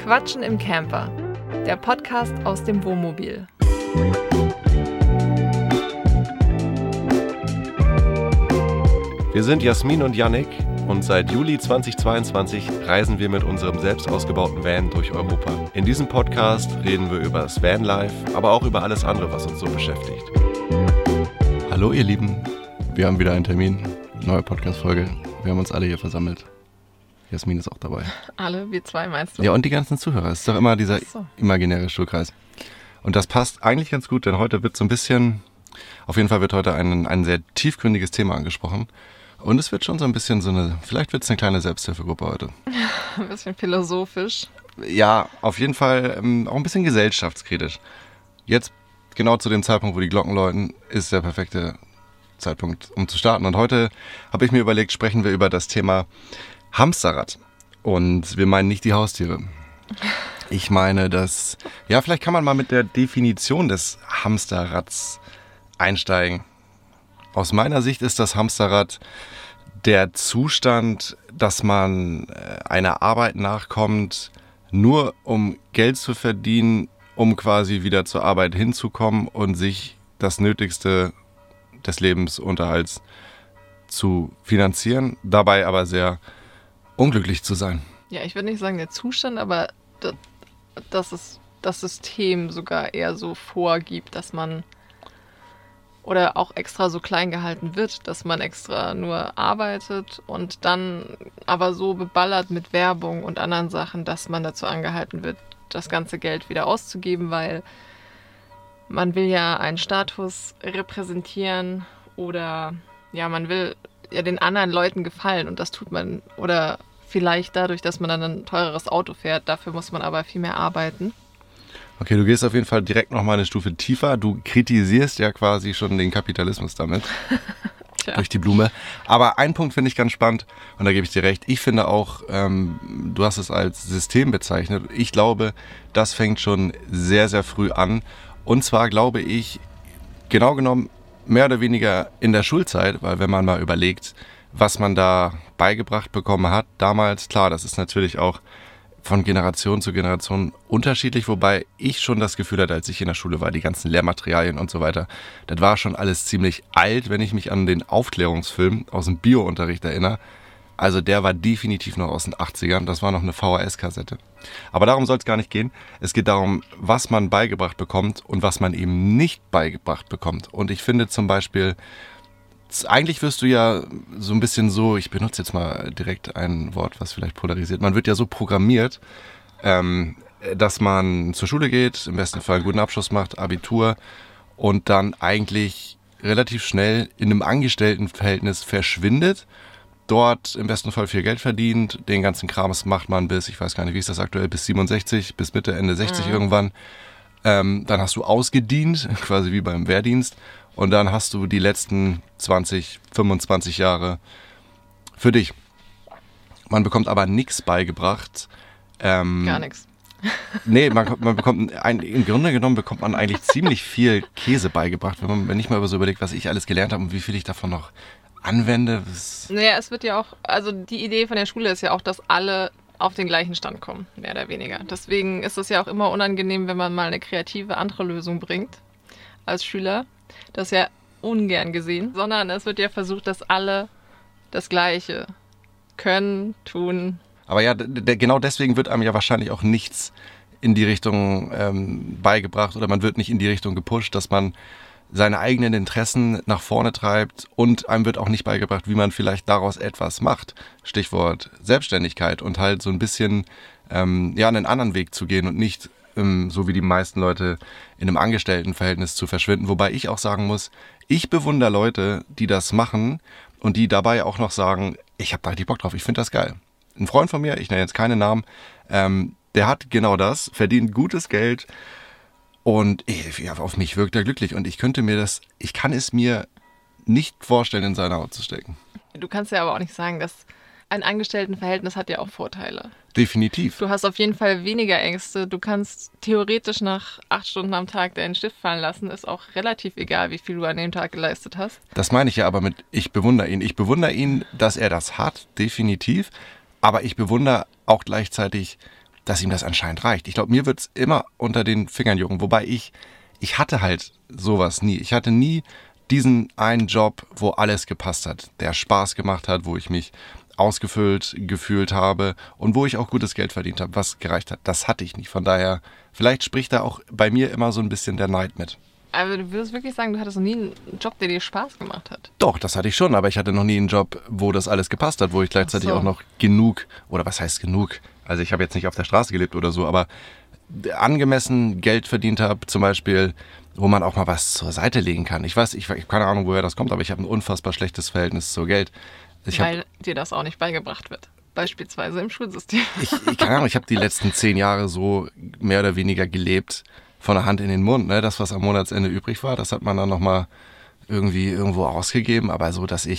Quatschen im Camper, der Podcast aus dem Wohnmobil. Wir sind Jasmin und Yannick und seit Juli 2022 reisen wir mit unserem selbst ausgebauten Van durch Europa. In diesem Podcast reden wir über das Vanlife, aber auch über alles andere, was uns so beschäftigt. Hallo ihr Lieben, wir haben wieder einen Termin, neue Podcast-Folge. Wir haben uns alle hier versammelt. Jasmin ist auch dabei. Alle, wir zwei meinst du? Ja, und die ganzen Zuhörer. Es ist doch immer dieser imaginäre Schulkreis. Und das passt eigentlich ganz gut, denn heute wird so ein bisschen, auf jeden Fall wird heute ein sehr tiefgründiges Thema angesprochen. Und es wird schon so ein bisschen vielleicht wird es eine kleine Selbsthilfegruppe heute. Ein bisschen philosophisch. Ja, auf jeden Fall auch ein bisschen gesellschaftskritisch. Jetzt, genau zu dem Zeitpunkt, wo die Glocken läuten, ist der perfekte Zeitpunkt, um zu starten. Und heute habe ich mir überlegt, sprechen wir über das Thema Hamsterrad. Und wir meinen nicht die Haustiere. Ich meine, vielleicht kann man mal mit der Definition des Hamsterrads einsteigen. Aus meiner Sicht ist das Hamsterrad der Zustand, dass man einer Arbeit nachkommt, nur um Geld zu verdienen, um quasi wieder zur Arbeit hinzukommen und sich das Nötigste des Lebensunterhalts zu finanzieren, dabei aber sehr unglücklich zu sein. Ja, ich würde nicht sagen der Zustand, aber dass es das System sogar eher so vorgibt, dass man oder auch extra so klein gehalten wird, dass man extra nur arbeitet und dann aber so beballert mit Werbung und anderen Sachen, dass man dazu angehalten wird, das ganze Geld wieder auszugeben, weil man will ja einen Status repräsentieren oder ja, man will ja den anderen Leuten gefallen und das tut man oder vielleicht dadurch, dass man dann ein teureres Auto fährt, dafür muss man aber viel mehr arbeiten. Okay, du gehst auf jeden Fall direkt nochmal eine Stufe tiefer. Du kritisierst ja quasi schon den Kapitalismus damit. Durch die Blume. Aber einen Punkt finde ich ganz spannend und da gebe ich dir recht. Ich finde auch, du hast es als System bezeichnet. Ich glaube, das fängt schon sehr, sehr früh an. Und zwar glaube ich, genau genommen, mehr oder weniger in der Schulzeit, weil wenn man mal überlegt, was man da beigebracht bekommen hat, damals, klar, das ist natürlich auch von Generation zu Generation unterschiedlich, wobei ich schon das Gefühl hatte, als ich in der Schule war, die ganzen Lehrmaterialien und so weiter, das war schon alles ziemlich alt, wenn ich mich an den Aufklärungsfilm aus dem Bio-Unterricht erinnere. Also der war definitiv noch aus den 80ern, das war noch eine VHS-Kassette. Aber darum soll es gar nicht gehen. Es geht darum, was man beigebracht bekommt und was man eben nicht beigebracht bekommt. Und ich finde zum Beispiel, eigentlich wirst du ja so ein bisschen so, ich benutze jetzt mal direkt ein Wort, was vielleicht polarisiert, man wird ja so programmiert, dass man zur Schule geht, im besten Fall einen guten Abschluss macht, Abitur und dann eigentlich relativ schnell in einem Angestelltenverhältnis verschwindet, dort im besten Fall viel Geld verdient, den ganzen Krams macht man bis, ich weiß gar nicht, wie ist das aktuell, bis 67, bis Mitte, Ende 60 irgendwann. Dann hast du ausgedient, quasi wie beim Wehrdienst. Und dann hast du die letzten 20, 25 Jahre für dich. Man bekommt aber nichts beigebracht. Gar nichts. Nee, man bekommt, im Grunde genommen bekommt man eigentlich ziemlich viel Käse beigebracht, wenn ich mal so überlege, was ich alles gelernt habe und wie viel ich davon noch anwende. Naja, es wird ja auch, also die Idee von der Schule ist ja auch, dass alle auf den gleichen Stand kommen, mehr oder weniger. Deswegen ist es ja auch immer unangenehm, wenn man mal eine kreative andere Lösung bringt als Schüler. Das ist ja ungern gesehen, sondern es wird ja versucht, dass alle das Gleiche können, tun. Aber ja, genau deswegen wird einem ja wahrscheinlich auch nichts in die Richtung beigebracht oder man wird nicht in die Richtung gepusht, dass man seine eigenen Interessen nach vorne treibt und einem wird auch nicht beigebracht, wie man vielleicht daraus etwas macht. Stichwort Selbstständigkeit und halt so ein bisschen einen anderen Weg zu gehen und nicht so wie die meisten Leute in einem Angestelltenverhältnis zu verschwinden. Wobei ich auch sagen muss, ich bewundere Leute, die das machen und die dabei auch noch sagen, ich habe da richtig Bock drauf, ich finde das geil. Ein Freund von mir, ich nenne jetzt keine Namen, der hat genau das, verdient gutes Geld und auf mich wirkt er glücklich. Und ich kann es mir nicht vorstellen, in seine Haut zu stecken. Du kannst ja aber auch nicht sagen, dass ein Angestelltenverhältnis hat ja auch Vorteile. Definitiv. Du hast auf jeden Fall weniger Ängste. Du kannst theoretisch nach 8 Stunden am Tag deinen Stift fallen lassen. Ist auch relativ egal, wie viel du an dem Tag geleistet hast. Das meine ich ja aber mit, ich bewundere ihn. Ich bewundere ihn, dass er das hat, definitiv. Aber ich bewundere auch gleichzeitig dass ihm das anscheinend reicht. Ich glaube, mir wird es immer unter den Fingern jucken. Wobei ich hatte halt sowas nie. Ich hatte nie diesen einen Job, wo alles gepasst hat, der Spaß gemacht hat, wo ich mich ausgefüllt gefühlt habe und wo ich auch gutes Geld verdient habe, was gereicht hat. Das hatte ich nicht. Von daher, vielleicht spricht da auch bei mir immer so ein bisschen der Neid mit. Aber du würdest wirklich sagen, du hattest noch nie einen Job, der dir Spaß gemacht hat? Doch, das hatte ich schon, aber ich hatte noch nie einen Job, wo das alles gepasst hat, wo ich gleichzeitig auch noch genug, oder was heißt genug? Also ich habe jetzt nicht auf der Straße gelebt oder so, aber angemessen Geld verdient habe, zum Beispiel, wo man auch mal was zur Seite legen kann. Ich habe keine Ahnung, woher das kommt, aber ich habe ein unfassbar schlechtes Verhältnis zu Geld. Weil dir das auch nicht beigebracht wird, beispielsweise im Schulsystem. Keine Ahnung, ich habe die letzten 10 Jahre so mehr oder weniger gelebt, von der Hand in den Mund. Ne? Das, was am Monatsende übrig war, das hat man dann nochmal irgendwie irgendwo ausgegeben, aber so, dass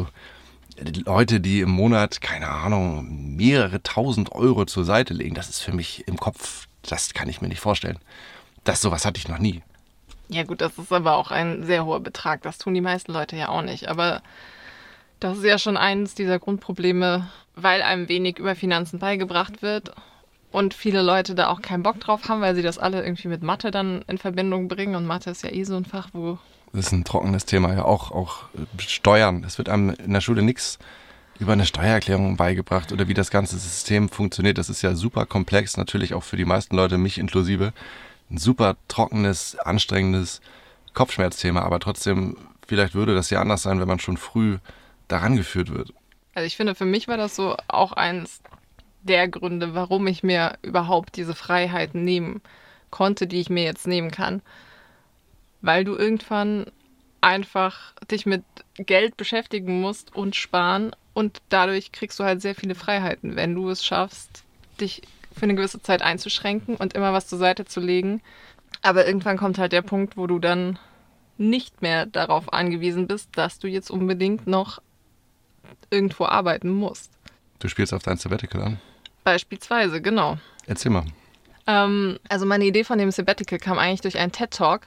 Leute, die im Monat, keine Ahnung, mehrere tausend Euro zur Seite legen, das ist für mich im Kopf, das kann ich mir nicht vorstellen. Sowas hatte ich noch nie. Ja gut, das ist aber auch ein sehr hoher Betrag. Das tun die meisten Leute ja auch nicht. Aber das ist ja schon eines dieser Grundprobleme, weil einem wenig über Finanzen beigebracht wird und viele Leute da auch keinen Bock drauf haben, weil sie das alle irgendwie mit Mathe dann in Verbindung bringen. Und Mathe ist ja so ein Fach, wo... Das ist ein trockenes Thema, ja, auch Steuern. Es wird einem in der Schule nichts über eine Steuererklärung beigebracht oder wie das ganze System funktioniert. Das ist ja super komplex, natürlich auch für die meisten Leute, mich inklusive. Ein super trockenes, anstrengendes Kopfschmerzthema, aber trotzdem, vielleicht würde das ja anders sein, wenn man schon früh daran geführt wird. Also ich finde, für mich war das so auch eins der Gründe, warum ich mir überhaupt diese Freiheiten nehmen konnte, die ich mir jetzt nehmen kann. Weil du irgendwann einfach dich mit Geld beschäftigen musst und sparen und dadurch kriegst du halt sehr viele Freiheiten, wenn du es schaffst, dich für eine gewisse Zeit einzuschränken und immer was zur Seite zu legen. Aber irgendwann kommt halt der Punkt, wo du dann nicht mehr darauf angewiesen bist, dass du jetzt unbedingt noch irgendwo arbeiten musst. Du spielst auf dein Sabbatical an? Beispielsweise, genau. Erzähl mal. Also meine Idee von dem Sabbatical kam eigentlich durch einen TED-Talk.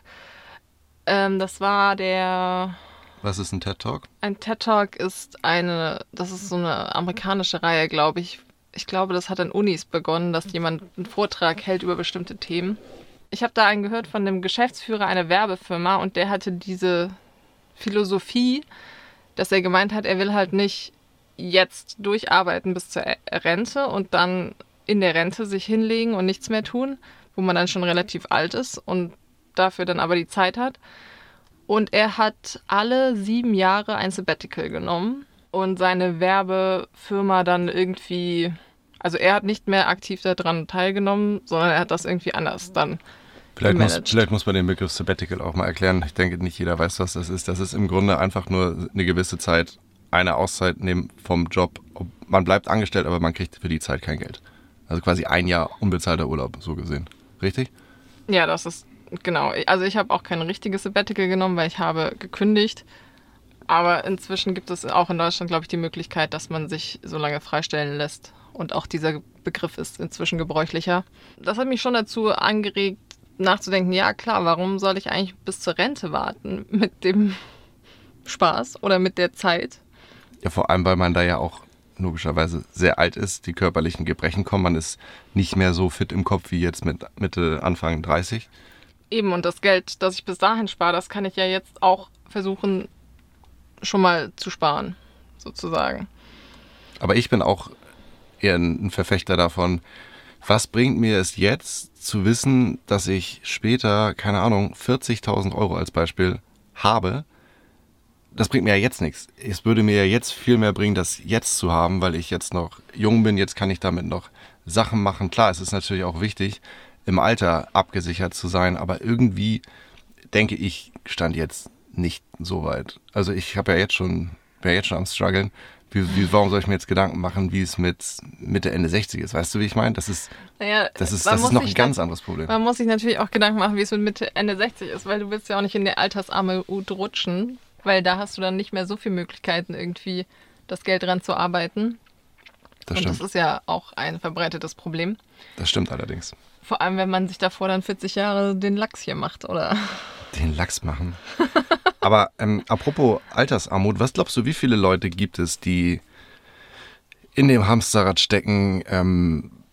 Das war der... Was ist ein TED-Talk? Ein TED-Talk ist das ist so eine amerikanische Reihe, glaube ich. Ich glaube, das hat an Unis begonnen, dass jemand einen Vortrag hält über bestimmte Themen. Ich habe da einen gehört von dem Geschäftsführer einer Werbefirma und der hatte diese Philosophie, dass er gemeint hat, er will halt nicht jetzt durcharbeiten bis zur Rente und dann in der Rente sich hinlegen und nichts mehr tun, wo man dann schon relativ alt ist und dafür dann aber die Zeit hat. Und er hat alle 7 Jahre ein Sabbatical genommen und seine Werbefirma dann irgendwie, also er hat nicht mehr aktiv daran teilgenommen, sondern er hat das irgendwie anders dann gemanagt. Vielleicht muss man den Begriff Sabbatical auch mal erklären. Ich denke, nicht jeder weiß, was das ist. Das ist im Grunde einfach nur eine gewisse Zeit, eine Auszeit nehmen vom Job. Man bleibt angestellt, aber man kriegt für die Zeit kein Geld. Also quasi 1 Jahr unbezahlter Urlaub, so gesehen. Richtig? Ja, das ist genau. Also ich habe auch kein richtiges Sabbatical genommen, weil ich habe gekündigt. Aber inzwischen gibt es auch in Deutschland, glaube ich, die Möglichkeit, dass man sich so lange freistellen lässt. Und auch dieser Begriff ist inzwischen gebräuchlicher. Das hat mich schon dazu angeregt, nachzudenken, ja klar, warum soll ich eigentlich bis zur Rente warten mit dem Spaß oder mit der Zeit? Ja, vor allem, weil man da ja auch logischerweise sehr alt ist, die körperlichen Gebrechen kommen, man ist nicht mehr so fit im Kopf wie jetzt mit Mitte, Anfang 30. Eben, und das Geld, das ich bis dahin spare, das kann ich ja jetzt auch versuchen, schon mal zu sparen, sozusagen. Aber ich bin auch eher ein Verfechter davon, was bringt mir es jetzt zu wissen, dass ich später, keine Ahnung, 40.000 Euro als Beispiel habe. Das bringt mir ja jetzt nichts. Es würde mir ja jetzt viel mehr bringen, das jetzt zu haben, weil ich jetzt noch jung bin. Jetzt kann ich damit noch Sachen machen. Klar, es ist natürlich auch wichtig, im Alter abgesichert zu sein, aber irgendwie denke ich, stand jetzt nicht so weit. Also ich habe ja wäre jetzt schon am struggeln. Warum soll ich mir jetzt Gedanken machen, wie es mit Mitte, Ende 60 ist? Weißt du, wie ich meine? Das ist noch ein ganz anderes Problem. Man muss sich natürlich auch Gedanken machen, wie es mit Mitte, Ende 60 ist, weil du willst ja auch nicht in der Altersarmut rutschen, weil da hast du dann nicht mehr so viele Möglichkeiten, irgendwie das Geld dran zu arbeiten. Das stimmt. Und das ist ja auch ein verbreitetes Problem. Das stimmt allerdings. Vor allem, wenn man sich davor dann 40 Jahre den Lachs hier macht, oder? Den Lachs machen. Aber apropos Altersarmut, was glaubst du, wie viele Leute gibt es, die in dem Hamsterrad stecken,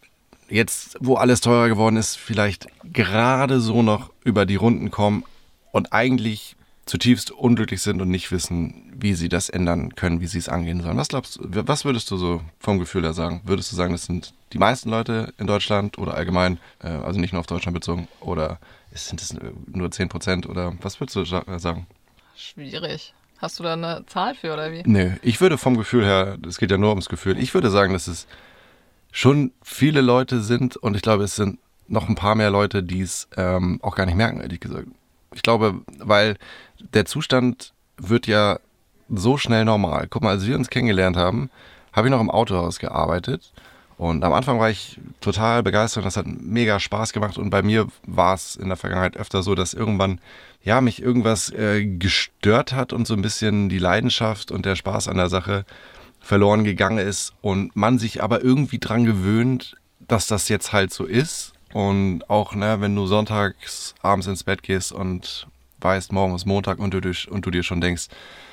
jetzt, wo alles teurer geworden ist, vielleicht gerade so noch über die Runden kommen und eigentlich zutiefst unglücklich sind und nicht wissen, wie sie das ändern können, wie sie es angehen sollen. Was glaubst du, was würdest du so vom Gefühl her sagen? Würdest du sagen, das sind die meisten Leute in Deutschland oder allgemein, also nicht nur auf Deutschland bezogen, oder sind es nur 10% oder was würdest du sagen? Schwierig. Hast du da eine Zahl für oder wie? Nö, ich würde vom Gefühl her, es geht ja nur ums Gefühl, ich würde sagen, dass es schon viele Leute sind und ich glaube, es sind noch ein paar mehr Leute, die es auch gar nicht merken, ehrlich gesagt. Ich glaube, weil der Zustand wird ja so schnell normal. Guck mal, als wir uns kennengelernt haben, habe ich noch im Autohaus gearbeitet und am Anfang war ich total begeistert und das hat mega Spaß gemacht und bei mir war es in der Vergangenheit öfter so, dass irgendwann ja mich irgendwas gestört hat und so ein bisschen die Leidenschaft und der Spaß an der Sache verloren gegangen ist und man sich aber irgendwie dran gewöhnt, dass das jetzt halt so ist. Und auch, ne, wenn du sonntags abends ins Bett gehst und weißt, morgen ist Montag und du dir schon denkst,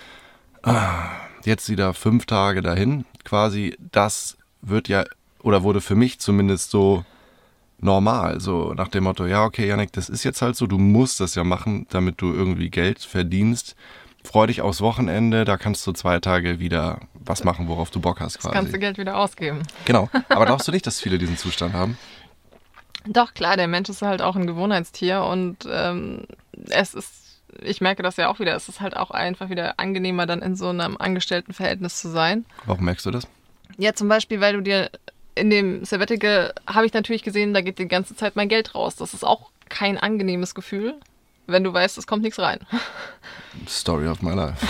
jetzt wieder 5 Tage dahin, quasi, das wird ja, oder wurde für mich zumindest so normal, so nach dem Motto, ja, okay, Jannik, das ist jetzt halt so, du musst das ja machen, damit du irgendwie Geld verdienst. Freu dich aufs Wochenende, da kannst du 2 Tage wieder was machen, worauf du Bock hast quasi. Das ganze Geld wieder ausgeben. Genau, aber glaubst du nicht, dass viele diesen Zustand haben? Doch, klar, der Mensch ist halt auch ein Gewohnheitstier und es ist, ich merke das ja auch wieder, es ist halt auch einfach wieder angenehmer, dann in so einem Angestelltenverhältnis zu sein. Warum merkst du das? Ja, zum Beispiel, weil du dir in dem Sabbatical habe ich natürlich gesehen, da geht die ganze Zeit mein Geld raus. Das ist auch kein angenehmes Gefühl, wenn du weißt, es kommt nichts rein. Story of my life.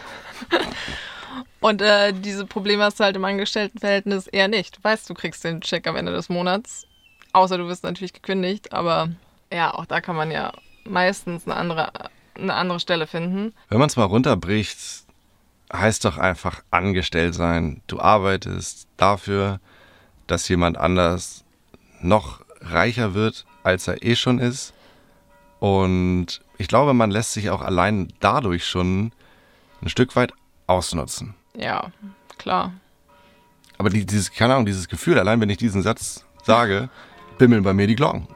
Und diese Probleme hast du halt im Angestelltenverhältnis eher nicht. Du weißt, du kriegst den Check am Ende des Monats. Außer du wirst natürlich gekündigt, aber ja, auch da kann man ja meistens eine andere Stelle finden. Wenn man es mal runterbricht, heißt doch einfach angestellt sein. Du arbeitest dafür, dass jemand anders noch reicher wird, als er eh schon ist. Und ich glaube, man lässt sich auch allein dadurch schon ein Stück weit ausnutzen. Ja, klar. Aber dieses Gefühl, allein wenn ich diesen Satz sage, bimmeln bei mir die Glocken.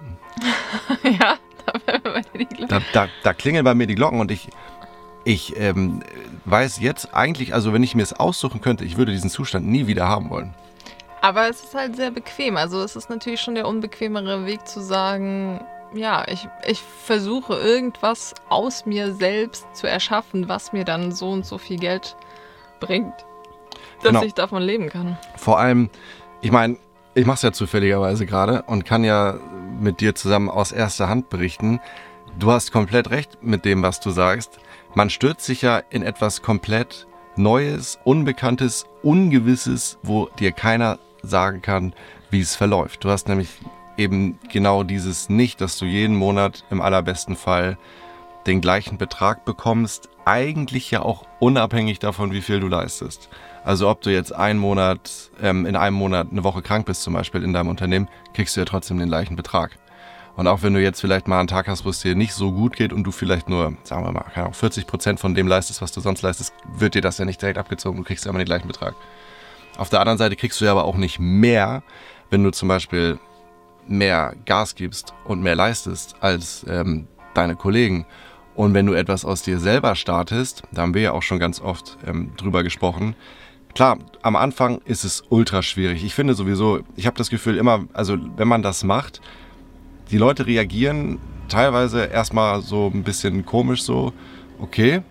Ja, da bimmeln bei dir die Glocken. Da klingeln bei mir die Glocken und ich weiß jetzt eigentlich, also wenn ich mir es aussuchen könnte, ich würde diesen Zustand nie wieder haben wollen. Aber es ist halt sehr bequem. Also es ist natürlich schon der unbequemere Weg zu sagen, ja, ich versuche irgendwas aus mir selbst zu erschaffen, was mir dann so und so viel Geld bringt, dass ich davon leben kann. Vor allem, ich meine, ich mache es ja zufälligerweise gerade und kann ja mit dir zusammen aus erster Hand berichten. Du hast komplett recht mit dem, was du sagst. Man stürzt sich ja in etwas komplett Neues, Unbekanntes, Ungewisses, wo dir keiner sagen kann, wie es verläuft. Du hast nämlich eben genau dieses nicht, dass du jeden Monat im allerbesten Fall den gleichen Betrag bekommst, eigentlich ja auch unabhängig davon, wie viel du leistest. Also ob du jetzt in einem Monat eine Woche krank bist zum Beispiel in deinem Unternehmen, kriegst du ja trotzdem den gleichen Betrag. Und auch wenn du jetzt vielleicht mal einen Tag hast, wo es dir nicht so gut geht und du vielleicht nur, sagen wir mal, 40% von dem leistest, was du sonst leistest, wird dir das ja nicht direkt abgezogen, du kriegst ja immer den gleichen Betrag. Auf der anderen Seite kriegst du ja aber auch nicht mehr, wenn du zum Beispiel mehr Gas gibst und mehr leistest als deine Kollegen. Und wenn du etwas aus dir selber startest, da haben wir ja auch schon ganz oft drüber gesprochen. Klar, am Anfang ist es ultra schwierig. Ich finde sowieso, ich habe das Gefühl immer, also wenn man das macht, die Leute reagieren teilweise erstmal so ein bisschen komisch so, okay,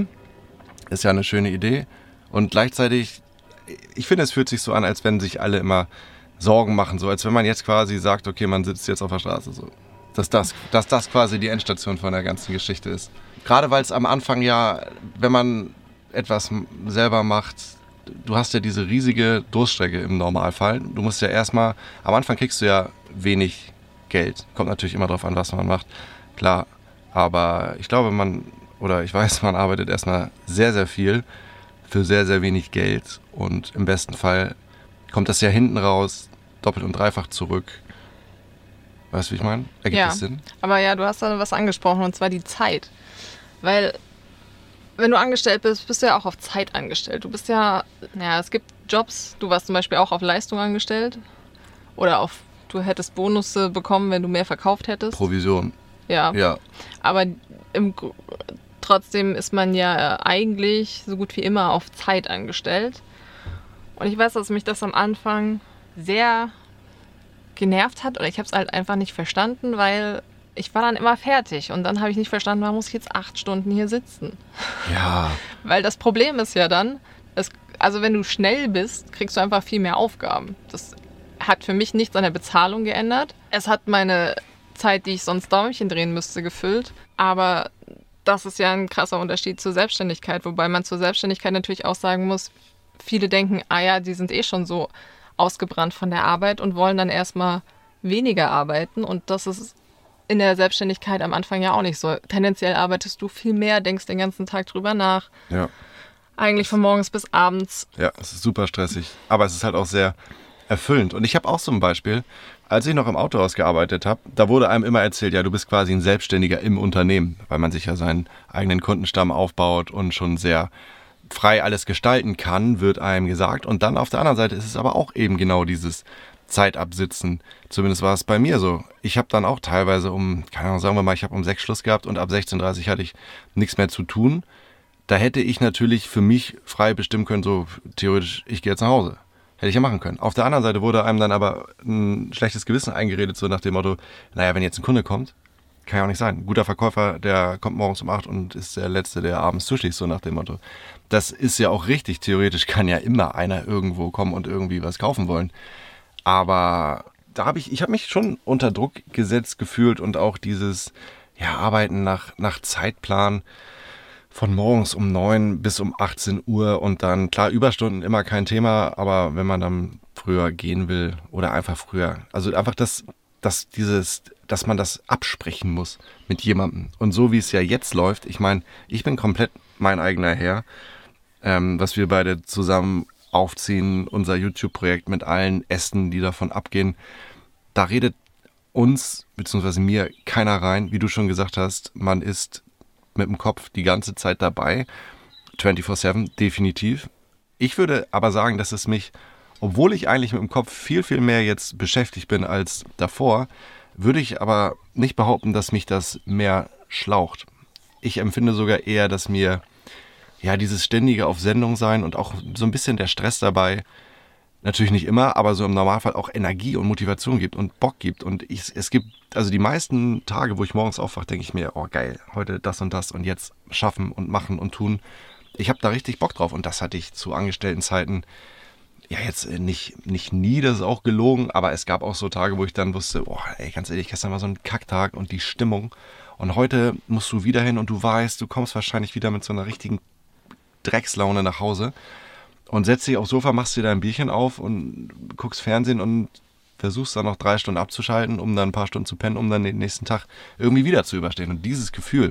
ist ja eine schöne Idee. Und gleichzeitig, ich finde, es fühlt sich so an, als wenn sich alle immer Sorgen machen, so als wenn man jetzt quasi sagt, okay, man sitzt jetzt auf der Straße, so. Dass das quasi die Endstation von der ganzen Geschichte ist. Gerade weil es am Anfang ja, wenn man etwas selber macht, du hast ja diese riesige Durststrecke im Normalfall. Du musst ja erstmal, am Anfang kriegst du ja wenig Geld. Kommt natürlich immer drauf an, was man macht, klar. Aber ich glaube, man arbeitet erstmal sehr, sehr viel für sehr, sehr wenig Geld. Und im besten Fall kommt das ja hinten raus, doppelt und dreifach zurück. Weißt du, wie ich meine? Ergibt das Sinn? Aber ja, du hast da was angesprochen, und zwar die Zeit. Weil, wenn du angestellt bist, bist du ja auch auf Zeit angestellt. Du bist ja, es gibt Jobs, du warst zum Beispiel auch auf Leistung angestellt oder auf du hättest Bonusse bekommen, wenn du mehr verkauft hättest. Provision. Ja. Aber trotzdem ist man ja eigentlich so gut wie immer auf Zeit angestellt. Und ich weiß, dass mich das am Anfang sehr genervt hat oder ich habe es halt einfach nicht verstanden, weil ich war dann immer fertig und dann habe ich nicht verstanden, warum muss ich jetzt 8 Stunden hier sitzen? Ja. Weil das Problem ist ja dann, also wenn du schnell bist, kriegst du einfach viel mehr Aufgaben. Das hat für mich nichts an der Bezahlung geändert. Es hat meine Zeit, die ich sonst Däumchen drehen müsste, gefüllt. Aber das ist ja ein krasser Unterschied zur Selbstständigkeit, wobei man zur Selbstständigkeit natürlich auch sagen muss, viele denken, die sind eh schon so ausgebrannt von der Arbeit und wollen dann erstmal weniger arbeiten und das ist in der Selbstständigkeit am Anfang ja auch nicht so. Tendenziell arbeitest du viel mehr, denkst den ganzen Tag drüber nach. Ja. Eigentlich von morgens bis abends. Ja, es ist super stressig, aber es ist halt auch sehr erfüllend. Und ich habe auch so ein Beispiel, als ich noch im Autohaus gearbeitet habe, da wurde einem immer erzählt, ja, du bist quasi ein Selbstständiger im Unternehmen, weil man sich ja seinen eigenen Kundenstamm aufbaut und schon sehr frei alles gestalten kann, wird einem gesagt. Und dann auf der anderen Seite ist es aber auch eben genau dieses Zeitabsitzen. Zumindest war es bei mir so. Ich habe dann auch teilweise keine Ahnung, sagen wir mal, ich habe um 6 Schluss gehabt und ab 16:30 hatte ich nichts mehr zu tun. Da hätte ich natürlich für mich frei bestimmen können, so theoretisch, ich gehe jetzt nach Hause. Hätte ich ja machen können. Auf der anderen Seite wurde einem dann aber ein schlechtes Gewissen eingeredet, so nach dem Motto, naja, wenn jetzt ein Kunde kommt, kann ja auch nicht sein. Ein guter Verkäufer, der kommt morgens um 8 und ist der Letzte, der abends zuschließt, so nach dem Motto. Das ist ja auch richtig. Theoretisch kann ja immer einer irgendwo kommen und irgendwie was kaufen wollen. Aber ich habe mich schon unter Druck gesetzt gefühlt und auch dieses Arbeiten nach Zeitplan von morgens um 9 bis um 18 Uhr und dann, klar, Überstunden immer kein Thema, aber wenn man dann früher gehen will oder einfach früher, also einfach dass man das absprechen muss mit jemandem. Und so wie es ja jetzt läuft, ich meine, ich bin komplett mein eigener Herr, was wir beide zusammen aufziehen, unser YouTube-Projekt mit allen Ästen, die davon abgehen, da redet uns, beziehungsweise mir, keiner rein. Wie du schon gesagt hast, man ist mit dem Kopf die ganze Zeit dabei, 24/7, definitiv. Ich würde aber sagen, dass es mich, obwohl ich eigentlich mit dem Kopf viel, viel mehr jetzt beschäftigt bin als davor, würde ich aber nicht behaupten, dass mich das mehr schlaucht. Ich empfinde sogar eher, dass mir dieses ständige auf Sendung sein und auch so ein bisschen der Stress dabei, natürlich nicht immer, aber so im Normalfall auch Energie und Motivation gibt und Bock gibt. Und es gibt, also die meisten Tage, wo ich morgens aufwache, denke ich mir, oh geil, heute das und jetzt schaffen und machen und tun. Ich habe da richtig Bock drauf und das hatte ich zu Angestelltenzeiten, jetzt nicht nie, das ist auch gelogen, aber es gab auch so Tage, wo ich dann wusste, ganz ehrlich, gestern war so ein Kacktag und die Stimmung und heute musst du wieder hin und du weißt, du kommst wahrscheinlich wieder mit so einer richtigen Dreckslaune nach Hause und setzt dich aufs Sofa, machst dir dein Bierchen auf und guckst Fernsehen und versuchst dann noch 3 Stunden abzuschalten, um dann ein paar Stunden zu pennen, um dann den nächsten Tag irgendwie wieder zu überstehen. Und dieses Gefühl,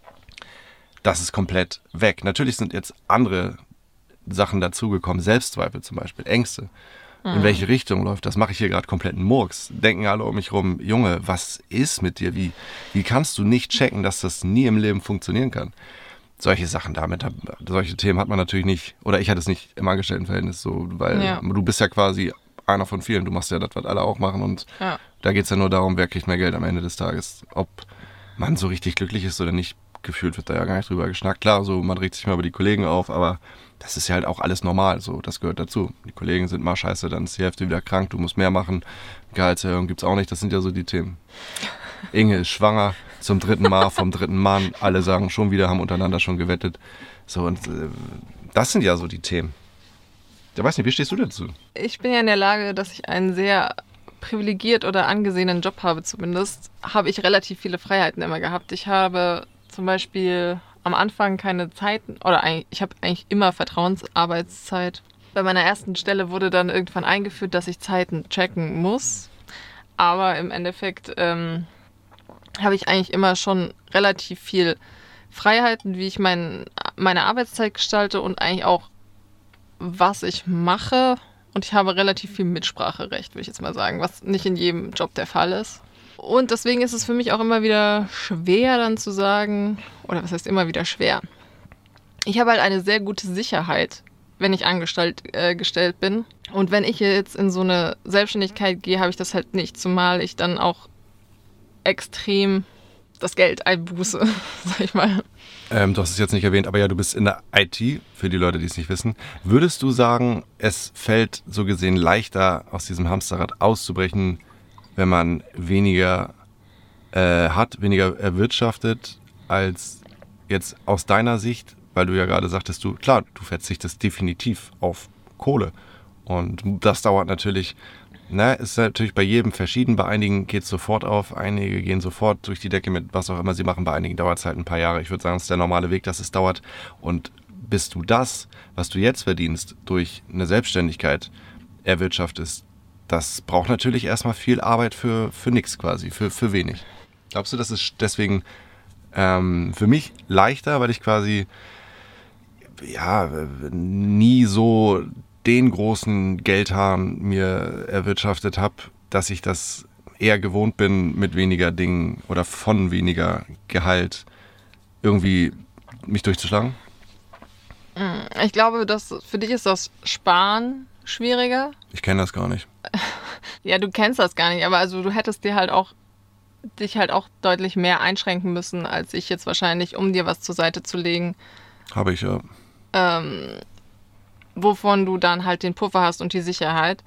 das ist komplett weg. Natürlich sind jetzt andere Sachen dazugekommen, Selbstzweifel zum Beispiel, Ängste. In welche Richtung läuft das? Mache ich hier gerade kompletten Murks? Denken alle um mich rum, Junge, was ist mit dir? Wie kannst du nicht checken, dass das nie im Leben funktionieren kann? Solche Sachen solche Themen hat man natürlich nicht, oder ich hatte es nicht im Angestelltenverhältnis so, weil du bist ja quasi einer von vielen, du machst ja das, was alle auch machen und da geht es ja nur darum, wer kriegt mehr Geld am Ende des Tages. Ob man so richtig glücklich ist oder nicht, gefühlt wird da ja gar nicht drüber geschnackt. Klar, so man regt sich mal über die Kollegen auf, aber das ist ja halt auch alles normal, so das gehört dazu. Die Kollegen sind mal scheiße, dann ist die Hälfte wieder krank, du musst mehr machen, Gehaltserhöhung gibt's auch nicht, das sind ja so die Themen. Inge ist schwanger, zum 3. Mal, vom 3. Mann, alle sagen schon wieder, haben untereinander schon gewettet. So, und das sind ja so die Themen. Ich weiß nicht, wie stehst du dazu? Ich bin ja in der Lage, dass ich einen sehr privilegiert oder angesehenen Job habe zumindest, habe ich relativ viele Freiheiten immer gehabt. Ich habe zum Beispiel am Anfang keine Zeiten, ich habe eigentlich immer Vertrauensarbeitszeit. Bei meiner ersten Stelle wurde dann irgendwann eingeführt, dass ich Zeiten checken muss. Aber im Endeffekt habe ich eigentlich immer schon relativ viel Freiheiten, wie ich meine Arbeitszeit gestalte und eigentlich auch, was ich mache. Und ich habe relativ viel Mitspracherecht, würde ich jetzt mal sagen, was nicht in jedem Job der Fall ist. Und deswegen ist es für mich auch immer wieder schwer dann zu sagen, oder was heißt immer wieder schwer? Ich habe halt eine sehr gute Sicherheit, wenn ich angestellt bin. Und wenn ich jetzt in so eine Selbstständigkeit gehe, habe ich das halt nicht, zumal ich dann auch extrem das Geld einbuße, sag ich mal. Du hast es jetzt nicht erwähnt, aber ja, du bist in der IT, für die Leute, die es nicht wissen. Würdest du sagen, es fällt so gesehen leichter, aus diesem Hamsterrad auszubrechen, wenn man weniger weniger erwirtschaftet, als jetzt aus deiner Sicht, weil du ja gerade sagtest, du verzichtest definitiv auf Kohle. Und das dauert natürlich, ist natürlich bei jedem verschieden. Bei einigen geht es sofort auf, einige gehen sofort durch die Decke mit was auch immer sie machen. Bei einigen dauert es halt ein paar Jahre. Ich würde sagen, es ist der normale Weg, dass es dauert. Und bis du das, was du jetzt verdienst, durch eine Selbstständigkeit erwirtschaftest, das braucht natürlich erstmal viel Arbeit für nichts quasi, für wenig. Glaubst du, das ist deswegen für mich leichter, weil ich quasi nie so den großen Geldhahn mir erwirtschaftet habe, dass ich das eher gewohnt bin, mit weniger Dingen oder von weniger Gehalt irgendwie mich durchzuschlagen? Ich glaube, für dich ist das Sparen schwieriger. Ich kenne das gar nicht. Ja, du kennst das gar nicht, aber also du hättest dich halt auch deutlich mehr einschränken müssen, als ich jetzt wahrscheinlich, um dir was zur Seite zu legen. Habe ich, ja. Wovon du dann halt den Puffer hast und die Sicherheit.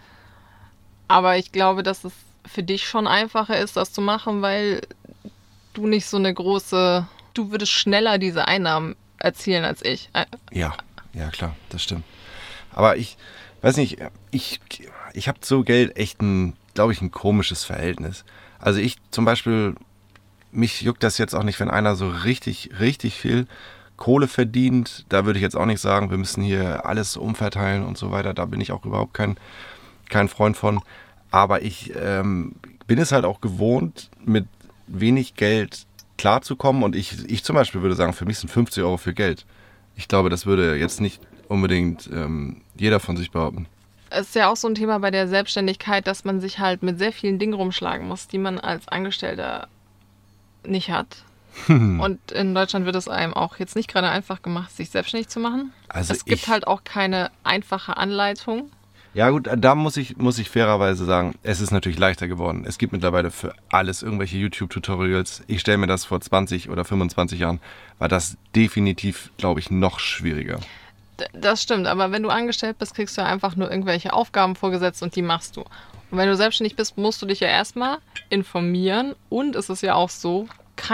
Aber ich glaube, dass es für dich schon einfacher ist, das zu machen, weil du nicht so eine große... Du würdest schneller diese Einnahmen erzielen als ich. Ja, klar, das stimmt. Aber ich weiß nicht, ich habe zu Geld echt ein komisches Verhältnis. Also ich zum Beispiel, mich juckt das jetzt auch nicht, wenn einer so richtig, richtig viel Kohle verdient. Da würde ich jetzt auch nicht sagen, wir müssen hier alles umverteilen und so weiter. Da bin ich auch überhaupt kein Freund von. Aber ich bin es halt auch gewohnt, mit wenig Geld klarzukommen. Und ich zum Beispiel würde sagen, für mich sind 50 Euro viel Geld. Ich glaube, das würde jetzt nicht unbedingt jeder von sich behaupten. Es ist ja auch so ein Thema bei der Selbstständigkeit, dass man sich halt mit sehr vielen Dingen rumschlagen muss, die man als Angestellter nicht hat. Und in Deutschland wird es einem auch jetzt nicht gerade einfach gemacht, sich selbstständig zu machen. Also es gibt halt auch keine einfache Anleitung. Ja gut, da muss ich fairerweise sagen, es ist natürlich leichter geworden. Es gibt mittlerweile für alles irgendwelche YouTube-Tutorials. Ich stelle mir das vor 20 oder 25 Jahren, war das definitiv, glaube ich, noch schwieriger. Das stimmt, aber wenn du angestellt bist, kriegst du ja einfach nur irgendwelche Aufgaben vorgesetzt und die machst du. Und wenn du selbstständig bist, musst du dich ja erstmal informieren und es ist ja auch so,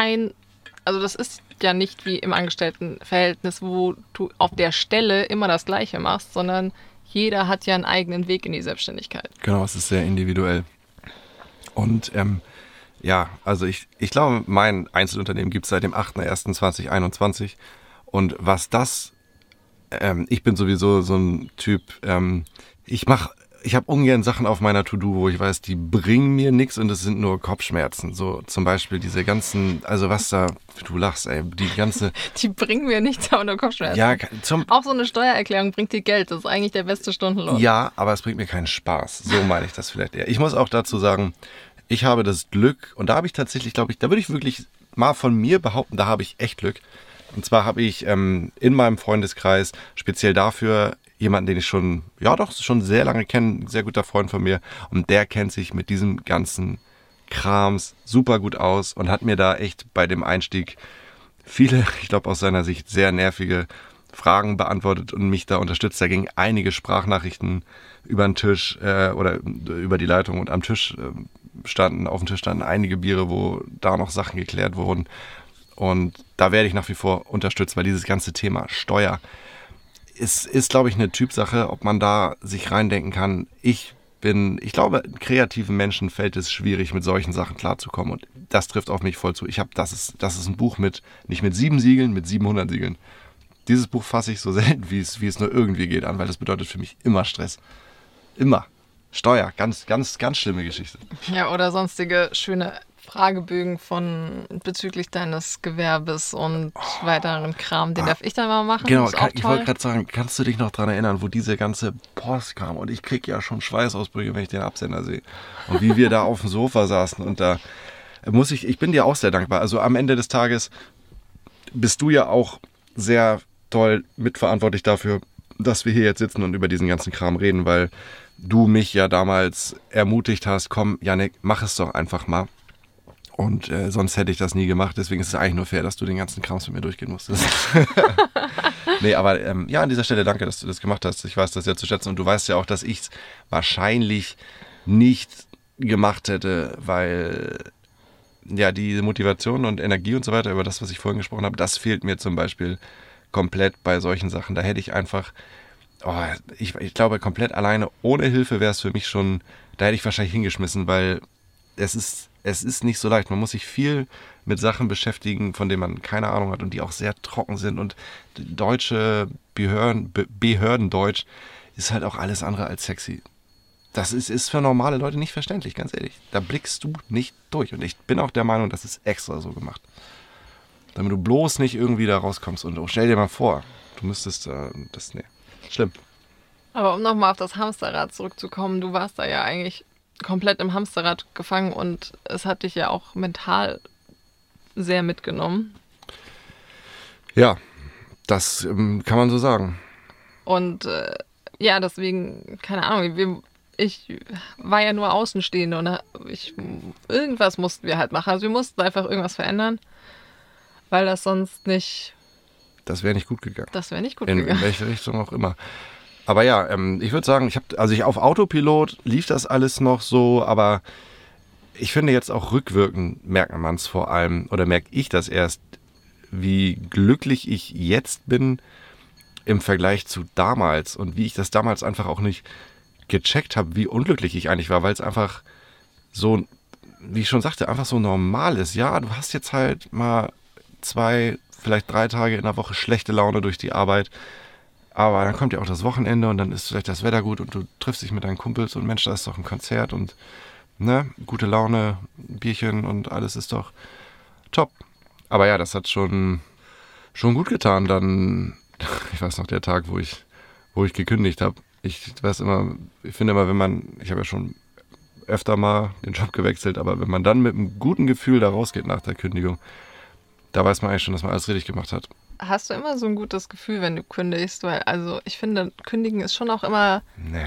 also das ist ja nicht wie im Angestelltenverhältnis, wo du auf der Stelle immer das Gleiche machst, sondern jeder hat ja einen eigenen Weg in die Selbstständigkeit. Genau, es ist sehr individuell. Und also ich glaube, mein Einzelunternehmen gibt es seit dem 8.01.2021 und was das ich bin sowieso so ein Typ, ich habe ungern Sachen auf meiner To-Do, wo ich weiß, die bringen mir nichts und es sind nur Kopfschmerzen. So zum Beispiel diese ganzen, also was da, du lachst, ey, die ganze... Die bringen mir nichts, aber nur Kopfschmerzen. Ja, auch so eine Steuererklärung bringt dir Geld, das ist eigentlich der beste Stundenlohn. Ja, aber es bringt mir keinen Spaß, so meine ich das vielleicht eher. Ich muss auch dazu sagen, ich habe das Glück, und da habe ich tatsächlich, glaube ich, da würde ich wirklich mal von mir behaupten, da habe ich echt Glück. Und zwar habe ich in meinem Freundeskreis speziell dafür jemanden, den ich schon sehr lange kenne, ein sehr guter Freund von mir. Und der kennt sich mit diesem ganzen Krams super gut aus und hat mir da echt bei dem Einstieg viele, ich glaube aus seiner Sicht sehr nervige Fragen beantwortet und mich da unterstützt. Da gingen einige Sprachnachrichten über den Tisch oder über die Leitung und auf dem Tisch standen einige Biere, wo da noch Sachen geklärt wurden. Und da werde ich nach wie vor unterstützt, weil dieses ganze Thema Steuer ist, glaube ich, eine Typsache, ob man da sich reindenken kann. Ich glaube, kreativen Menschen fällt es schwierig, mit solchen Sachen klarzukommen. Und das trifft auf mich voll zu. Das ist ein Buch nicht mit 7 Siegeln, mit 700 Siegeln. Dieses Buch fasse ich so selten, wie es nur irgendwie geht an, weil das bedeutet für mich immer Stress. Immer. Steuer, ganz, ganz, ganz schlimme Geschichte. Ja, oder sonstige schöne Fragebögen bezüglich deines Gewerbes und weiteren Kram, den darf ich dann mal machen. Genau, ich wollte gerade sagen, kannst du dich noch daran erinnern, wo diese ganze Post kam und ich kriege ja schon Schweißausbrüche, wenn ich den Absender sehe. Und wie wir da auf dem Sofa saßen und da ich bin dir auch sehr dankbar. Also am Ende des Tages bist du ja auch sehr doll mitverantwortlich dafür, dass wir hier jetzt sitzen und über diesen ganzen Kram reden, weil du mich ja damals ermutigt hast, komm, Yannick, mach es doch einfach mal. Und sonst hätte ich das nie gemacht. Deswegen ist es eigentlich nur fair, dass du den ganzen Krams mit mir durchgehen musstest. Nee, aber ja, an dieser Stelle danke, dass du das gemacht hast. Ich weiß das ja zu schätzen. Und du weißt ja auch, dass ich es wahrscheinlich nicht gemacht hätte, weil ja die Motivation und Energie und so weiter, über das, was ich vorhin gesprochen habe, das fehlt mir zum Beispiel komplett bei solchen Sachen. Da hätte ich einfach, ich glaube, komplett alleine, ohne Hilfe wäre es für mich schon, da hätte ich wahrscheinlich hingeschmissen, weil es ist nicht so leicht. Man muss sich viel mit Sachen beschäftigen, von denen man keine Ahnung hat und die auch sehr trocken sind. Und deutsche Behördendeutsch ist halt auch alles andere als sexy. Das ist für normale Leute nicht verständlich, ganz ehrlich. Da blickst du nicht durch. Und ich bin auch der Meinung, das ist extra so gemacht. Damit du bloß nicht irgendwie da rauskommst. Und stell dir mal vor, du müsstest schlimm. Aber um nochmal auf das Hamsterrad zurückzukommen, du warst da ja eigentlich komplett im Hamsterrad gefangen und es hat dich ja auch mental sehr mitgenommen. Ja, das kann man so sagen. Und ja, deswegen, keine Ahnung, ich war ja nur Außenstehende und irgendwas mussten wir halt machen. Also wir mussten einfach irgendwas verändern, weil das sonst nicht... Das wäre nicht gut gegangen. Das wäre nicht gut gegangen. In welche Richtung auch immer. Aber ja, ich würde sagen, auf Autopilot lief das alles noch so, aber ich finde jetzt auch rückwirkend merkt man es vor allem, oder merke ich das erst, wie glücklich ich jetzt bin im Vergleich zu damals und wie ich das damals einfach auch nicht gecheckt habe, wie unglücklich ich eigentlich war, weil es einfach so, wie ich schon sagte, einfach so normal ist. Ja, du hast jetzt halt mal 2, vielleicht 3 Tage in der Woche schlechte Laune durch die Arbeit, aber dann kommt ja auch das Wochenende und dann ist vielleicht das Wetter gut und du triffst dich mit deinen Kumpels und Mensch, da ist doch ein Konzert und gute Laune, Bierchen und alles ist doch top. Aber ja, das hat schon gut getan. Dann, ich weiß noch, der Tag, wo ich gekündigt habe. Ich finde immer, ich habe ja schon öfter mal den Job gewechselt, aber wenn man dann mit einem guten Gefühl da rausgeht nach der Kündigung, da weiß man eigentlich schon, dass man alles richtig gemacht hat. Hast du immer so ein gutes Gefühl, wenn du kündigst? Weil, also ich finde, kündigen ist schon auch immer... Nee.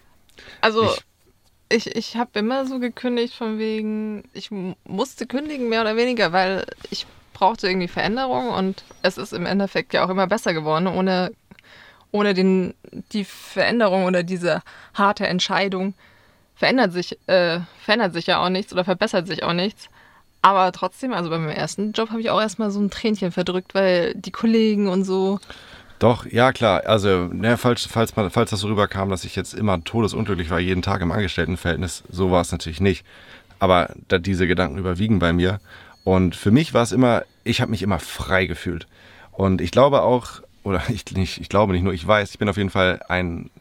Also ich habe immer so gekündigt von wegen, ich musste kündigen, mehr oder weniger, weil ich brauchte irgendwie Veränderung und es ist im Endeffekt ja auch immer besser geworden. Ohne die Veränderung oder diese harte Entscheidung verändert sich ja auch nichts oder verbessert sich auch nichts. Aber trotzdem, also bei meinem ersten Job habe ich auch erstmal so ein Tränchen verdrückt, weil die Kollegen und so. Doch, ja klar. Also, falls das so rüberkam, dass ich jetzt immer todesunglücklich war, jeden Tag im Angestelltenverhältnis, so war es natürlich nicht. Aber diese Gedanken überwiegen bei mir. Und für mich war es immer, ich habe mich immer frei gefühlt. Und ich glaube auch, oder ich glaube nicht nur, ich weiß, ich bin auf jeden Fall ein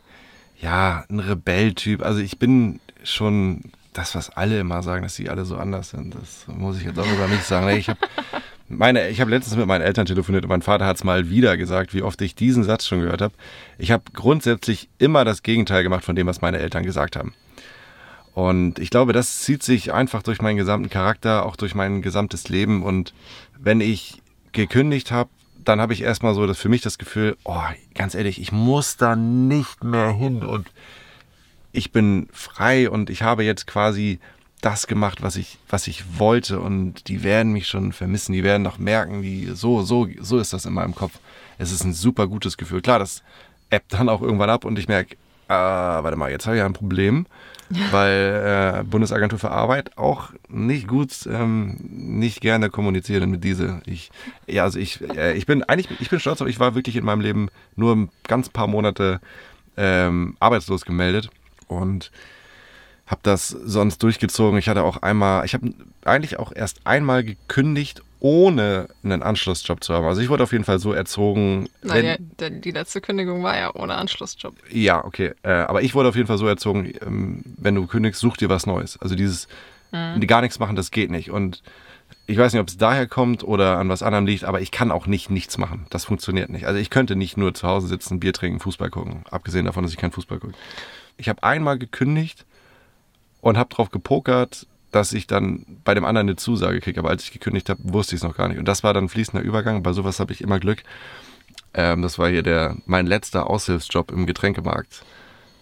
Rebelltyp. Also ich bin schon das, was alle immer sagen, dass sie alle so anders sind. Das muss ich jetzt auch über mich sagen. Ich habe letztens mit meinen Eltern telefoniert und mein Vater hat es mal wieder gesagt, wie oft ich diesen Satz schon gehört habe. Ich habe grundsätzlich immer das Gegenteil gemacht von dem, was meine Eltern gesagt haben. Und ich glaube, das zieht sich einfach durch meinen gesamten Charakter, auch durch mein gesamtes Leben. Und wenn ich gekündigt habe, dann habe ich erstmal so für mich das Gefühl, ganz ehrlich, ich muss da nicht mehr hin und ich bin frei und ich habe jetzt quasi das gemacht, was ich wollte und die werden mich schon vermissen, die werden noch merken, wie so ist das in meinem Kopf. Es ist ein super gutes Gefühl. Klar, das ebbt dann auch irgendwann ab und ich merke, warte mal, jetzt habe ich ja ein Problem, weil Bundesagentur für Arbeit auch nicht gut, nicht gerne kommunizieren mit diese. Ich bin stolz, aber ich war wirklich in meinem Leben nur ein ganz paar Monate arbeitslos gemeldet und habe das sonst durchgezogen. Ich habe eigentlich auch erst einmal gekündigt, ohne einen Anschlussjob zu haben. Also ich wurde auf jeden Fall so erzogen. Naja, die letzte Kündigung war ja ohne Anschlussjob. Ja, okay. Aber ich wurde auf jeden Fall so erzogen, wenn du kündigst, such dir was Neues. Also dieses gar nichts machen, das geht nicht. Und ich weiß nicht, ob es daher kommt oder an was anderem liegt, aber ich kann auch nichts machen. Das funktioniert nicht. Also ich könnte nicht nur zu Hause sitzen, Bier trinken, Fußball gucken. Abgesehen davon, dass ich keinen Fußball gucke. Ich habe einmal gekündigt und habe drauf gepokert, dass ich dann bei dem anderen eine Zusage kriege. Aber als ich gekündigt habe, wusste ich es noch gar nicht. Und das war dann fließender Übergang. Bei sowas habe ich immer Glück. Das war hier mein letzter Aushilfsjob im Getränkemarkt.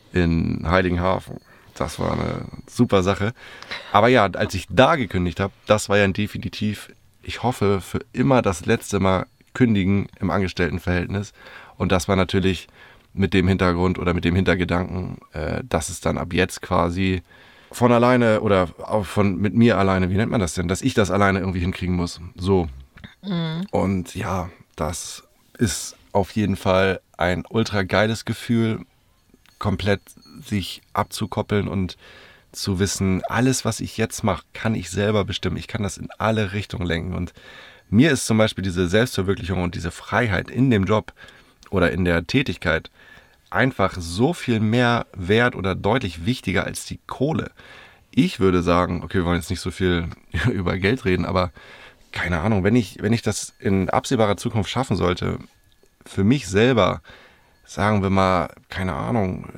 in Heiligenhafen. Das war eine super Sache. Aber ja, als ich da gekündigt habe, das war ja definitiv, ich hoffe, für immer das letzte Mal kündigen im Angestelltenverhältnis. Und das war natürlich mit dem Hintergrund oder mit dem Hintergedanken, dass es dann ab jetzt quasi von alleine oder auch mit mir alleine, wie nennt man das denn, dass ich das alleine irgendwie hinkriegen muss. So. Und ja, das ist auf jeden Fall ein ultra geiles Gefühl, komplett sich abzukoppeln und zu wissen, alles, was ich jetzt mache, kann ich selber bestimmen. Ich kann das in alle Richtungen lenken. Und mir ist zum Beispiel diese Selbstverwirklichung und diese Freiheit in dem Job oder in der Tätigkeit einfach so viel mehr wert oder deutlich wichtiger als die Kohle. Ich würde sagen, okay, wir wollen jetzt nicht so viel über Geld reden, aber keine Ahnung, wenn ich das in absehbarer Zukunft schaffen sollte, für mich selber, sagen wir mal, keine Ahnung,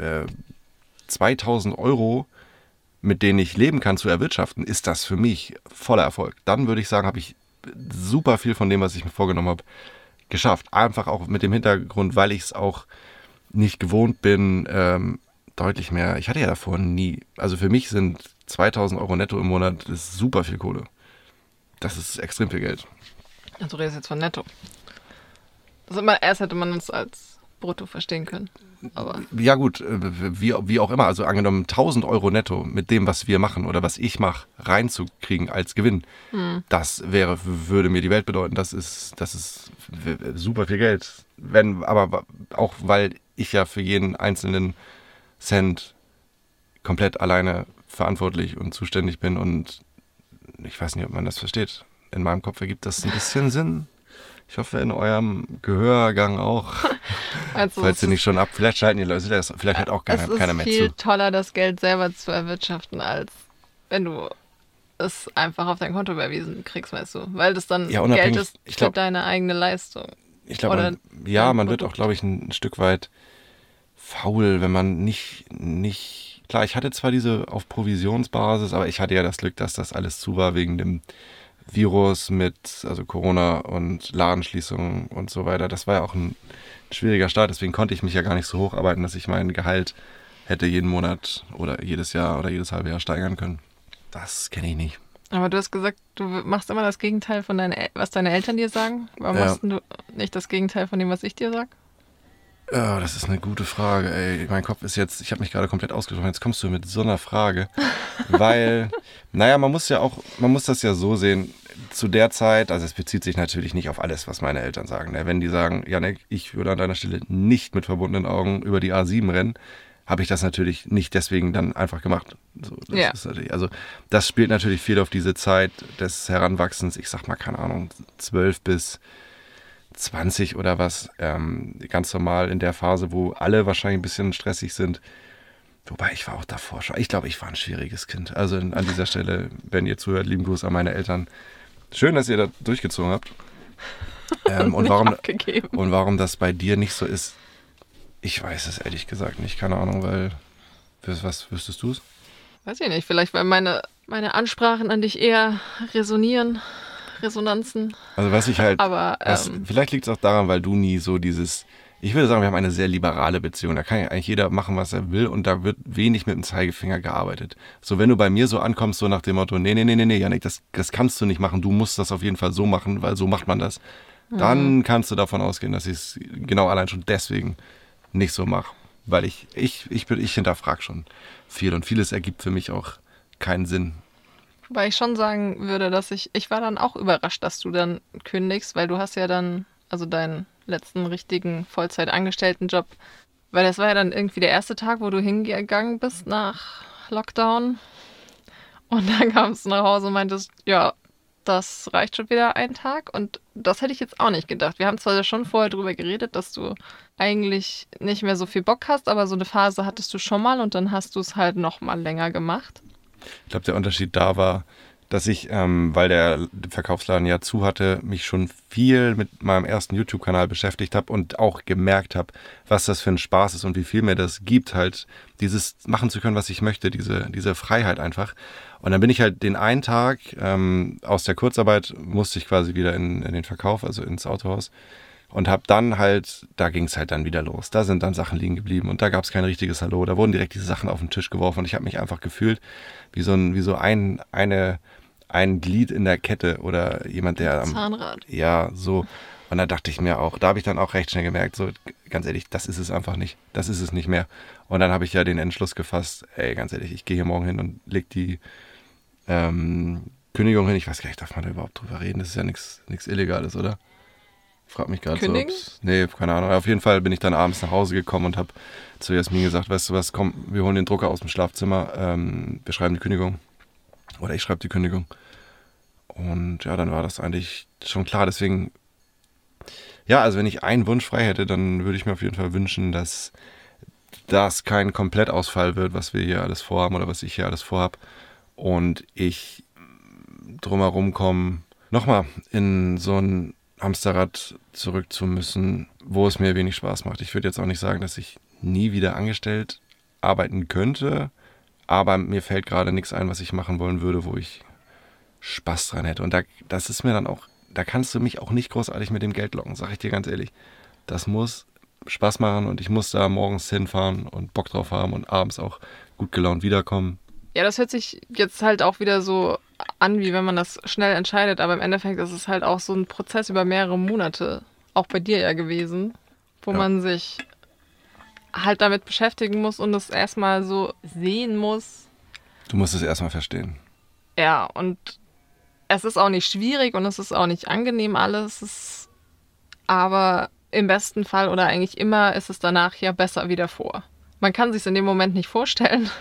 2.000 Euro, mit denen ich leben kann, zu erwirtschaften, ist das für mich voller Erfolg. Dann würde ich sagen, habe ich super viel von dem, was ich mir vorgenommen habe, geschafft. Einfach auch mit dem Hintergrund, weil ich es auch nicht gewohnt bin, deutlich mehr. Ich hatte ja davor nie, also für mich sind 2.000 Euro netto im Monat, das ist super viel Kohle. Das ist extrem viel Geld. Also du redest jetzt von netto. Also immer, erst hätte man es als brutto verstehen können. Aber ja gut, wie auch immer, also angenommen 1.000 Euro netto mit dem, was wir machen oder was ich mache, reinzukriegen als Gewinn, das würde mir die Welt bedeuten. Das ist super viel Geld. Aber auch, weil ich ja für jeden einzelnen Cent komplett alleine verantwortlich und zuständig bin und ich weiß nicht, ob man das versteht. In meinem Kopf ergibt das ein bisschen Sinn. Ich hoffe, in eurem Gehörgang auch. Also falls ihr nicht schon vielleicht schalten die Leute das, vielleicht hat auch keiner mehr zu. Es ist viel toller, das Geld selber zu erwirtschaften, als wenn du es einfach auf dein Konto überwiesen kriegst, weißt du. Weil das dann Geld ist für deine eigene Leistung. Ich glaube, man wird auch, glaube ich, ein Stück weit faul, wenn man nicht. Klar, ich hatte zwar diese auf Provisionsbasis, aber ich hatte ja das Glück, dass das alles zu war wegen dem Virus also Corona und Ladenschließungen und so weiter. Das war ja auch ein schwieriger Start, deswegen konnte ich mich ja gar nicht so hocharbeiten, dass ich mein Gehalt hätte jeden Monat oder jedes Jahr oder jedes halbe Jahr steigern können. Das kenne ich nicht. Aber du hast gesagt, du machst immer das Gegenteil von was deine Eltern dir sagen. Warum machst du nicht das Gegenteil von dem, was ich dir sage? Ja, das ist eine gute Frage, ey. Mein Kopf ist jetzt, ich habe mich gerade komplett ausgesprochen, jetzt kommst du mit so einer Frage. Weil, man muss das ja so sehen, zu der Zeit, also es bezieht sich natürlich nicht auf alles, was meine Eltern sagen. Ne? Wenn die sagen, Janek, ich würde an deiner Stelle nicht mit verbundenen Augen über die A7 rennen, habe ich das natürlich nicht deswegen dann einfach gemacht. So, ist natürlich, also das spielt natürlich viel auf diese Zeit des Heranwachsens, ich sag mal, keine Ahnung, 12 bis 20 oder was, ganz normal in der Phase, wo alle wahrscheinlich ein bisschen stressig sind. Wobei, ich war auch davor schon, ich glaube, ich war ein schwieriges Kind. Also an dieser Stelle, wenn ihr zuhört, lieben Gruß an meine Eltern. Schön, dass ihr da durchgezogen habt. Und warum das bei dir nicht so ist, ich weiß es ehrlich gesagt nicht. Keine Ahnung, weil, was wüsstest du es? Weiß ich nicht, vielleicht weil meine Ansprachen an dich eher Resonanzen. Also was ich halt, aber vielleicht liegt es auch daran, weil du nie so dieses, ich würde sagen, wir haben eine sehr liberale Beziehung. Da kann ja eigentlich jeder machen, was er will und da wird wenig mit dem Zeigefinger gearbeitet. So, wenn du bei mir so ankommst, so nach dem Motto, nee, Janik, das kannst du nicht machen, du musst das auf jeden Fall so machen, weil so macht man das. Dann kannst du davon ausgehen, dass ich es genau allein schon deswegen nicht so mache. Weil ich hinterfrage schon viel und vieles ergibt für mich auch keinen Sinn. Wobei ich schon sagen würde, dass ich war dann auch überrascht, dass du dann kündigst, weil du hast ja dann, also deinen letzten richtigen Vollzeit-Angestellten-Job, weil das war ja dann irgendwie der erste Tag, wo du hingegangen bist nach Lockdown und dann kamst du nach Hause und meintest, ja, das reicht schon wieder einen Tag und das hätte ich jetzt auch nicht gedacht. Wir haben zwar schon vorher drüber geredet, dass du eigentlich nicht mehr so viel Bock hast, aber so eine Phase hattest du schon mal und dann hast du es halt noch mal länger gemacht. Ich glaube, der Unterschied da war, dass ich, weil der Verkaufsladen ja zu hatte, mich schon viel mit meinem ersten YouTube-Kanal beschäftigt habe und auch gemerkt habe, was das für ein Spaß ist und wie viel mir das gibt, halt dieses machen zu können, was ich möchte, diese Freiheit einfach. Und dann bin ich halt den einen Tag aus der Kurzarbeit musste ich quasi wieder in den Verkauf, also ins Autohaus. Und hab dann halt, da ging es halt dann wieder los. Da sind dann Sachen liegen geblieben und da gab es kein richtiges Hallo. Da wurden direkt diese Sachen auf den Tisch geworfen und ich habe mich einfach gefühlt wie so ein Glied in der Kette oder jemand, der Zahnrad. Ja, so. Und da dachte ich mir auch, da habe ich dann auch recht schnell gemerkt, so ganz ehrlich, das ist es einfach nicht. Das ist es nicht mehr. Und dann habe ich ja den Entschluss gefasst, ey, ganz ehrlich, ich gehe hier morgen hin und leg die Kündigung hin. Ich weiß gar nicht, darf man da überhaupt drüber reden? Das ist ja nichts Illegales, oder? Ich frage mich gerade so, nee, keine Ahnung. Auf jeden Fall bin ich dann abends nach Hause gekommen und habe zu Jasmin gesagt, weißt du was, komm, wir holen den Drucker aus dem Schlafzimmer, wir schreiben die Kündigung. Oder ich schreibe die Kündigung. Und ja, dann war das eigentlich schon klar. Deswegen, ja, also wenn ich einen Wunsch frei hätte, dann würde ich mir auf jeden Fall wünschen, dass das kein Komplettausfall wird, was wir hier alles vorhaben oder was ich hier alles vorhab. Und ich drumherum komme, nochmal in so ein Hamsterrad zurück zu müssen, wo es mir wenig Spaß macht. Ich würde jetzt auch nicht sagen, dass ich nie wieder angestellt arbeiten könnte, aber mir fällt gerade nichts ein, was ich machen wollen würde, wo ich Spaß dran hätte. Und das ist mir dann auch, da kannst du mich auch nicht großartig mit dem Geld locken, sag ich dir ganz ehrlich. Das muss Spaß machen und ich muss da morgens hinfahren und Bock drauf haben und abends auch gut gelaunt wiederkommen. Ja, das hört sich jetzt halt auch wieder so an, wie wenn man das schnell entscheidet, aber im Endeffekt ist es halt auch so ein Prozess über mehrere Monate, auch bei dir ja gewesen, wo man sich halt damit beschäftigen muss und es erstmal so sehen muss. Du musst es erstmal verstehen. Ja, und es ist auch nicht schwierig und es ist auch nicht angenehm alles, aber im besten Fall oder eigentlich immer ist es danach ja besser wie davor. Man kann sich es in dem Moment nicht vorstellen,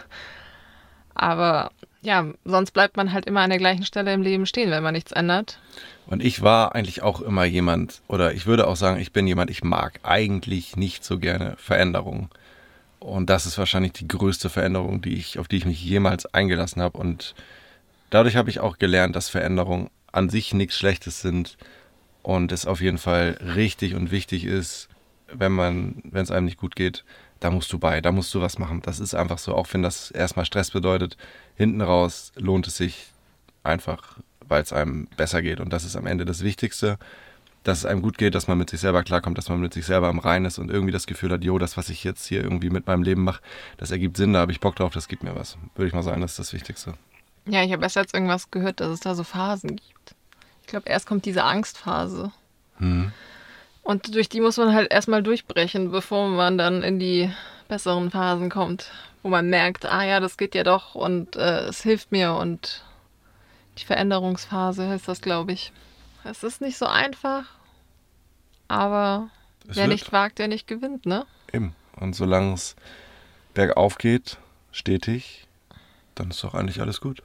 aber ja, sonst bleibt man halt immer an der gleichen Stelle im Leben stehen, wenn man nichts ändert. Und ich war eigentlich auch immer jemand, oder ich würde auch sagen, ich bin jemand, ich mag eigentlich nicht so gerne Veränderungen. Und das ist wahrscheinlich die größte Veränderung, auf die ich mich jemals eingelassen habe. Und dadurch habe ich auch gelernt, dass Veränderungen an sich nichts Schlechtes sind und es auf jeden Fall richtig und wichtig ist, wenn es einem nicht gut geht, da musst du da musst du was machen. Das ist einfach so, auch wenn das erstmal Stress bedeutet. Hinten raus lohnt es sich einfach, weil es einem besser geht. Und das ist am Ende das Wichtigste, dass es einem gut geht, dass man mit sich selber klarkommt, dass man mit sich selber im Reinen ist und irgendwie das Gefühl hat, das, was ich jetzt hier irgendwie mit meinem Leben mache, das ergibt Sinn, da habe ich Bock drauf, das gibt mir was. Würde ich mal sagen, das ist das Wichtigste. Ja, ich habe erst jetzt irgendwas gehört, dass es da so Phasen gibt. Ich glaube, erst kommt diese Angstphase. Und durch die muss man halt erstmal durchbrechen, bevor man dann in die besseren Phasen kommt, wo man merkt, das geht ja doch und es hilft mir und die Veränderungsphase heißt das, glaube ich. Es ist nicht so einfach, aber wer nicht wagt, der nicht gewinnt, ne? Eben. Und solange es bergauf geht, stetig, dann ist doch eigentlich alles gut.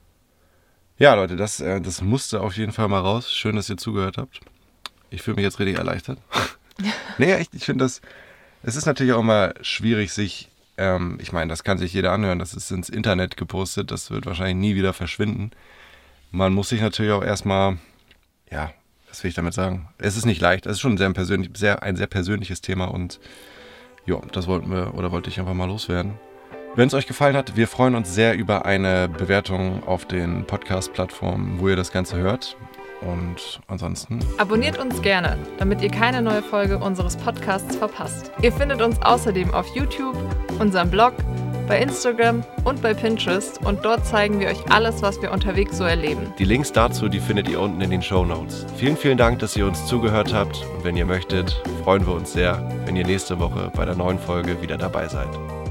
Ja, Leute, das musste auf jeden Fall mal raus. Schön, dass ihr zugehört habt. Ich fühle mich jetzt richtig erleichtert. Nee, echt, ich finde es ist natürlich auch immer schwierig, sich, ich meine, das kann sich jeder anhören, das ist ins Internet gepostet, das wird wahrscheinlich nie wieder verschwinden. Man muss sich natürlich auch erstmal, ja, was will ich damit sagen? Es ist nicht leicht, es ist schon ein sehr persönliches Thema und ja, das wollte ich einfach mal loswerden. Wenn es euch gefallen hat, wir freuen uns sehr über eine Bewertung auf den Podcast-Plattformen, wo ihr das Ganze hört. Und ansonsten abonniert uns gerne, damit ihr keine neue Folge unseres Podcasts verpasst. Ihr findet uns außerdem auf YouTube, unserem Blog, bei Instagram und bei Pinterest und dort zeigen wir euch alles, was wir unterwegs so erleben. Die Links dazu, die findet ihr unten in den Shownotes. Vielen, vielen Dank, dass ihr uns zugehört habt und wenn ihr möchtet, freuen wir uns sehr, wenn ihr nächste Woche bei der neuen Folge wieder dabei seid.